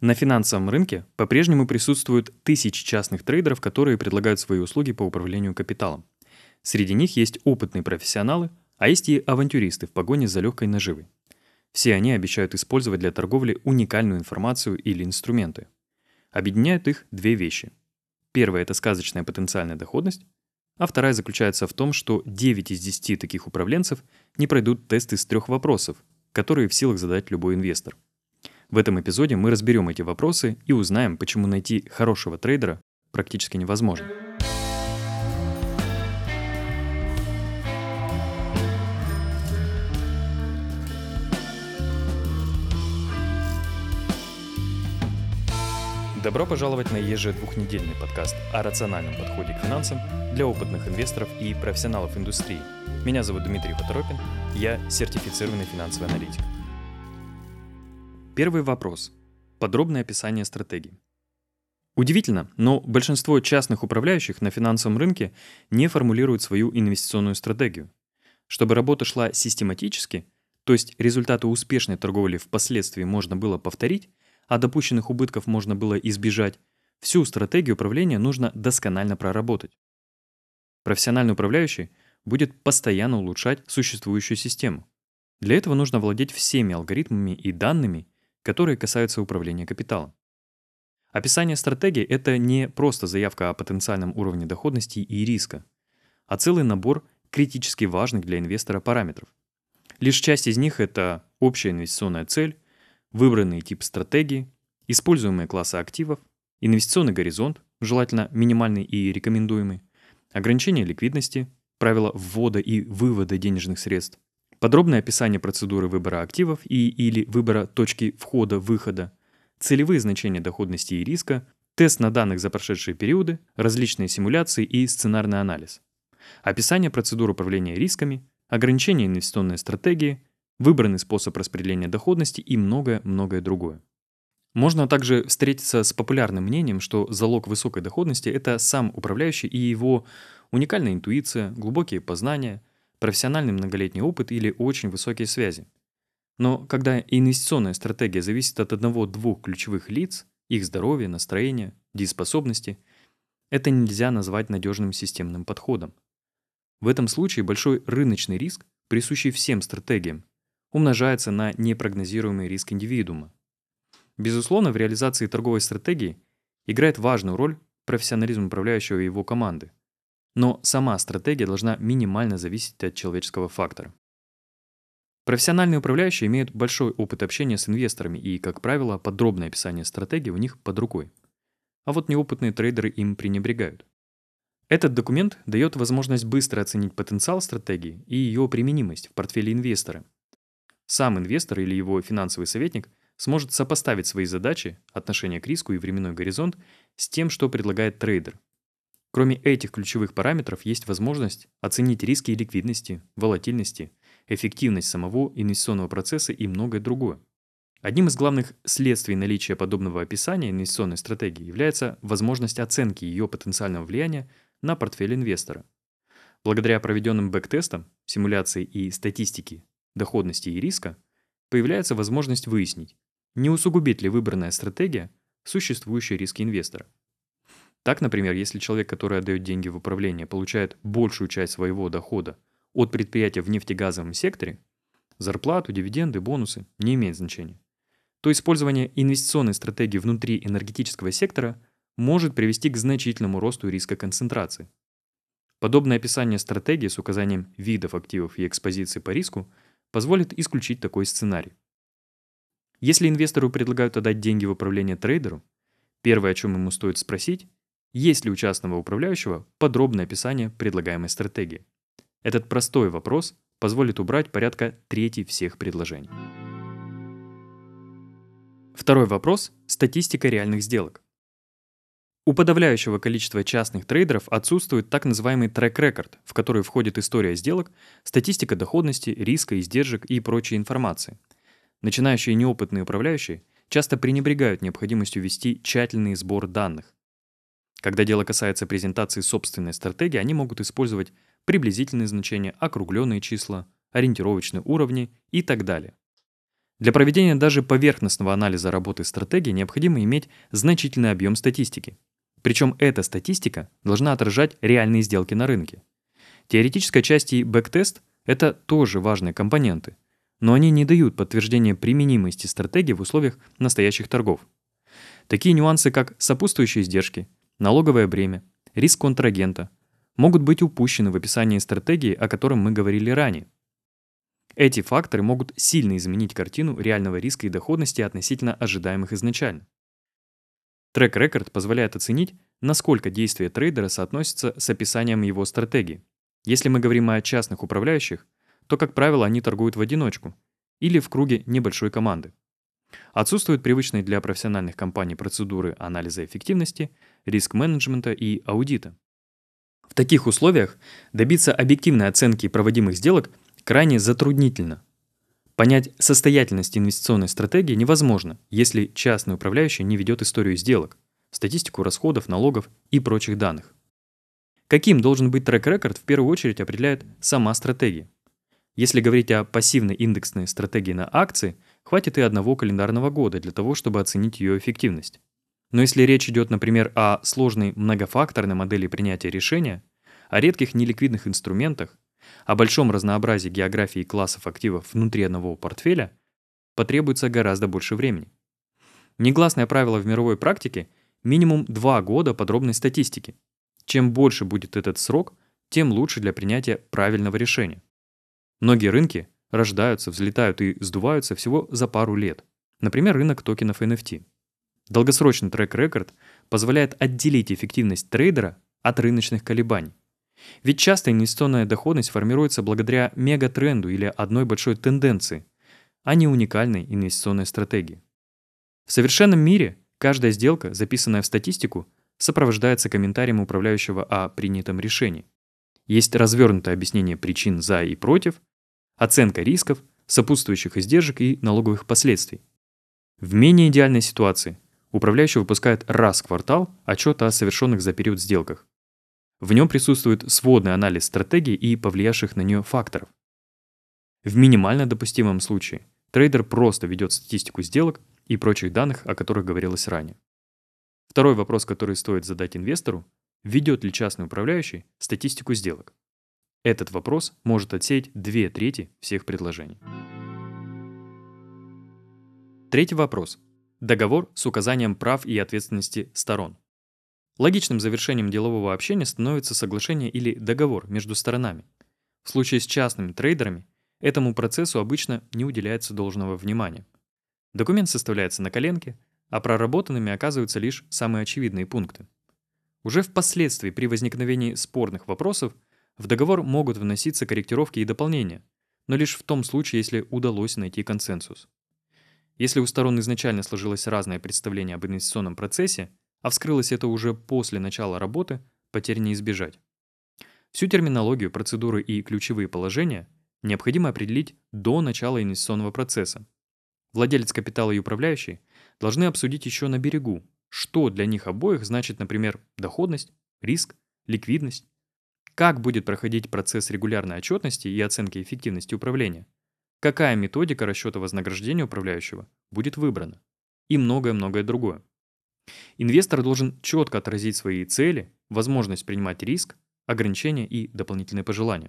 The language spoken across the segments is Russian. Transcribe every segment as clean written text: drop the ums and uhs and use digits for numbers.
На финансовом рынке по-прежнему присутствуют тысячи частных трейдеров, которые предлагают свои услуги по управлению капиталом. Среди них есть опытные профессионалы, а есть и авантюристы в погоне за легкой наживой. Все они обещают использовать для торговли уникальную информацию или инструменты. Объединяют их две вещи. Первая — это сказочная потенциальная доходность, а вторая заключается в том, что 9 из 10 таких управленцев не пройдут тест из 3 вопросов, которые в силах задать любой инвестор. В этом эпизоде мы разберем эти вопросы и узнаем, почему найти хорошего трейдера практически невозможно. Добро пожаловать на ежедвухнедельный подкаст о рациональном подходе к финансам для опытных инвесторов и профессионалов индустрии. Меня зовут Дмитрий Поторопин, я сертифицированный финансовый аналитик. Первый вопрос. Подробное описание стратегии. Удивительно, но большинство частных управляющих на финансовом рынке не формулируют свою инвестиционную стратегию. Чтобы работа шла систематически, то есть результаты успешной торговли впоследствии можно было повторить, а допущенных убытков можно было избежать, всю стратегию управления нужно досконально проработать. Профессиональный управляющий будет постоянно улучшать существующую систему. Для этого нужно владеть всеми алгоритмами и данными, которые касаются управления капиталом. Описание стратегии — это не просто заявка о потенциальном уровне доходности и риска, а целый набор критически важных для инвестора параметров. Лишь часть из них — это общая инвестиционная цель, выбранный тип стратегии, используемые классы активов, инвестиционный горизонт, желательно минимальный и рекомендуемый, ограничение ликвидности, правила ввода и вывода денежных средств, подробное описание процедуры выбора активов или выбора точки входа-выхода, целевые значения доходности и риска, тест на данных за прошедшие периоды, различные симуляции и сценарный анализ, описание процедур управления рисками, ограничение инвестиционной стратегии, выбранный способ распределения доходности и многое-многое другое. Можно также встретиться с популярным мнением, что залог высокой доходности — это сам управляющий и его уникальная интуиция, глубокие познания, профессиональный многолетний опыт или очень высокие связи. Но когда инвестиционная стратегия зависит от одного-двух ключевых лиц, их здоровья, настроения, дееспособности, это нельзя назвать надежным системным подходом. В этом случае большой рыночный риск, присущий всем стратегиям, умножается на непрогнозируемый риск индивидуума. Безусловно, в реализации торговой стратегии играет важную роль профессионализм управляющего и его команды. Но сама стратегия должна минимально зависеть от человеческого фактора. Профессиональные управляющие имеют большой опыт общения с инвесторами и, как правило, подробное описание стратегии у них под рукой. А вот неопытные трейдеры им пренебрегают. Этот документ дает возможность быстро оценить потенциал стратегии и ее применимость в портфеле инвестора. Сам инвестор или его финансовый советник сможет сопоставить свои задачи, отношение к риску и временной горизонт с тем, что предлагает трейдер. Кроме этих ключевых параметров есть возможность оценить риски и ликвидности, волатильности, эффективность самого инвестиционного процесса и многое другое. Одним из главных следствий наличия подобного описания инвестиционной стратегии является возможность оценки ее потенциального влияния на портфель инвестора. Благодаря проведенным бэктестам, симуляции и статистике доходности и риска, появляется возможность выяснить, не усугубит ли выбранная стратегия существующие риски инвестора. Так, например, если человек, который отдает деньги в управление, получает большую часть своего дохода от предприятия в нефтегазовом секторе, зарплату, дивиденды, бонусы не имеет значения, то использование инвестиционной стратегии внутри энергетического сектора может привести к значительному росту риска концентрации. Подобное описание стратегии с указанием видов активов и экспозиции по риску позволит исключить такой сценарий. Если инвестору предлагают отдать деньги в управление трейдеру, первое, о чем ему стоит спросить, есть ли у частного управляющего подробное описание предлагаемой стратегии. Этот простой вопрос позволит убрать порядка трети всех предложений. Второй вопрос – статистика реальных сделок. У подавляющего количества частных трейдеров отсутствует так называемый трек-рекорд, в который входит история сделок, статистика доходности, риска, издержек и прочей информации. Начинающие и неопытные управляющие часто пренебрегают необходимостью вести тщательный сбор данных. Когда дело касается презентации собственной стратегии, они могут использовать приблизительные значения, округленные числа, ориентировочные уровни и так далее. Для проведения даже поверхностного анализа работы стратегии необходимо иметь значительный объем статистики. Причем эта статистика должна отражать реальные сделки на рынке. Теоретическая часть и бэктест– это тоже важные компоненты, но они не дают подтверждения применимости стратегии в условиях настоящих торгов. Такие нюансы, как сопутствующие издержки, налоговое бремя, риск контрагента, могут быть упущены в описании стратегии, о котором мы говорили ранее. Эти факторы могут сильно изменить картину реального риска и доходности относительно ожидаемых изначально. Трек-рекорд позволяет оценить, насколько действия трейдера соотносятся с описанием его стратегии. Если мы говорим о частных управляющих, то, как правило, они торгуют в одиночку или в круге небольшой команды. Отсутствуют привычные для профессиональных компаний процедуры анализа эффективности, риск-менеджмента и аудита. В таких условиях добиться объективной оценки проводимых сделок крайне затруднительно. Понять состоятельность инвестиционной стратегии невозможно, если частный управляющий не ведет историю сделок, статистику расходов, налогов и прочих данных. Каким должен быть трек-рекорд, в первую очередь определяет сама стратегия. Если говорить о пассивной индексной стратегии на акции, хватит и одного календарного года для того, чтобы оценить ее эффективность. Но если речь идет, например, о сложной многофакторной модели принятия решения, о редких неликвидных инструментах, о большом разнообразии географии и классов активов внутри одного портфеля, потребуется гораздо больше времени. Негласное правило в мировой практике– минимум 2 года подробной статистики. Чем больше будет этот срок, тем лучше для принятия правильного решения. Многие рынки рождаются, взлетают и сдуваются всего за пару лет. Например, рынок токенов NFT. Долгосрочный трек-рекорд позволяет отделить эффективность трейдера от рыночных колебаний. Ведь часто инвестиционная доходность формируется благодаря мегатренду или одной большой тенденции, а не уникальной инвестиционной стратегии. В совершенном мире каждая сделка, записанная в статистику, сопровождается комментарием управляющего о принятом решении. Есть развернутое объяснение причин «за» и «против», оценка рисков, сопутствующих издержек и налоговых последствий. В менее идеальной ситуации управляющий выпускает раз в квартал отчет о совершенных за период сделках. В нем присутствует сводный анализ стратегии и повлиявших на нее факторов. В минимально допустимом случае трейдер просто ведет статистику сделок и прочих данных, о которых говорилось ранее. Второй вопрос, который стоит задать инвестору– ведет ли частный управляющий статистику сделок? Этот вопрос может отсеять 2/3 всех предложений. Третий вопрос. Договор с указанием прав и ответственности сторон. Логичным завершением делового общения становится соглашение или договор между сторонами. В случае с частными трейдерами этому процессу обычно не уделяется должного внимания. Документ составляется на коленке, а проработанными оказываются лишь самые очевидные пункты. Уже впоследствии при возникновении спорных вопросов в договор могут вноситься корректировки и дополнения, но лишь в том случае, если удалось найти консенсус. Если у сторон изначально сложилось разное представление об инвестиционном процессе, а вскрылось это уже после начала работы, потерь не избежать. Всю терминологию, процедуры и ключевые положения необходимо определить до начала инвестиционного процесса. Владелец капитала и управляющий должны обсудить еще на берегу, что для них обоих значит, например, доходность, риск, ликвидность, как будет проходить процесс регулярной отчетности и оценки эффективности управления, какая методика расчета вознаграждения управляющего будет выбрана и многое-многое другое. Инвестор должен четко отразить свои цели, возможность принимать риск, ограничения и дополнительные пожелания.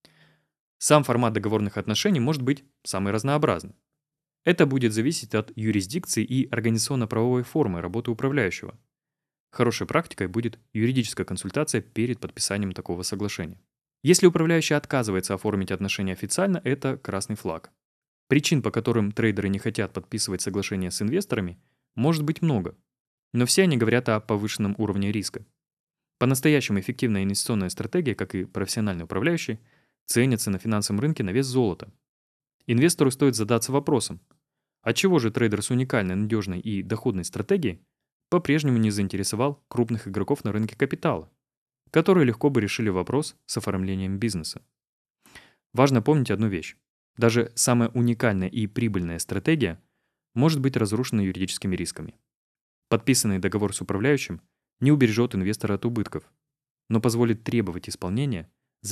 Сам формат договорных отношений может быть самый разнообразный. Это будет зависеть от юрисдикции и организационно-правовой формы работы управляющего. Хорошей практикой будет юридическая консультация перед подписанием такого соглашения. Если управляющий отказывается оформить отношения официально, это красный флаг. Причин, по которым трейдеры не хотят подписывать соглашения с инвесторами, может быть много, но все они говорят о повышенном уровне риска. По-настоящему эффективная инвестиционная стратегия, как и профессиональный управляющий, ценится на финансовом рынке на вес золота. Инвестору стоит задаться вопросом, отчего же трейдер с уникальной, надежной и доходной стратегией по-прежнему не заинтересовал крупных игроков на рынке капитала, которые легко бы решили вопрос с оформлением бизнеса. Важно помнить одну вещь. Даже самая уникальная и прибыльная стратегия может быть разрушена юридическими рисками. Подписанный договор с управляющим не убережет инвестора от убытков, но позволит требовать исполнения зафиксированной в договоре ответственности.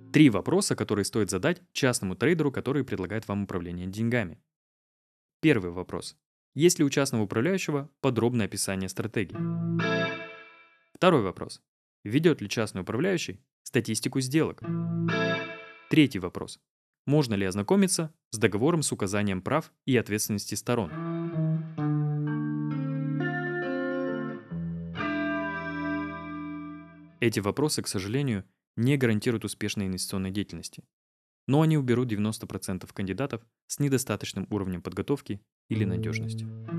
3 вопроса, которые стоит задать частному трейдеру, который предлагает вам управление деньгами. Первый вопрос. Есть ли у частного управляющего подробное описание стратегии? Второй вопрос. Ведет ли частный управляющий статистику сделок? Третий вопрос. Можно ли ознакомиться с договором с указанием прав и ответственности сторон? Эти вопросы, к сожалению, не гарантируют успешной инвестиционной деятельности, но они уберут 90% кандидатов с недостаточным уровнем подготовки или надежности.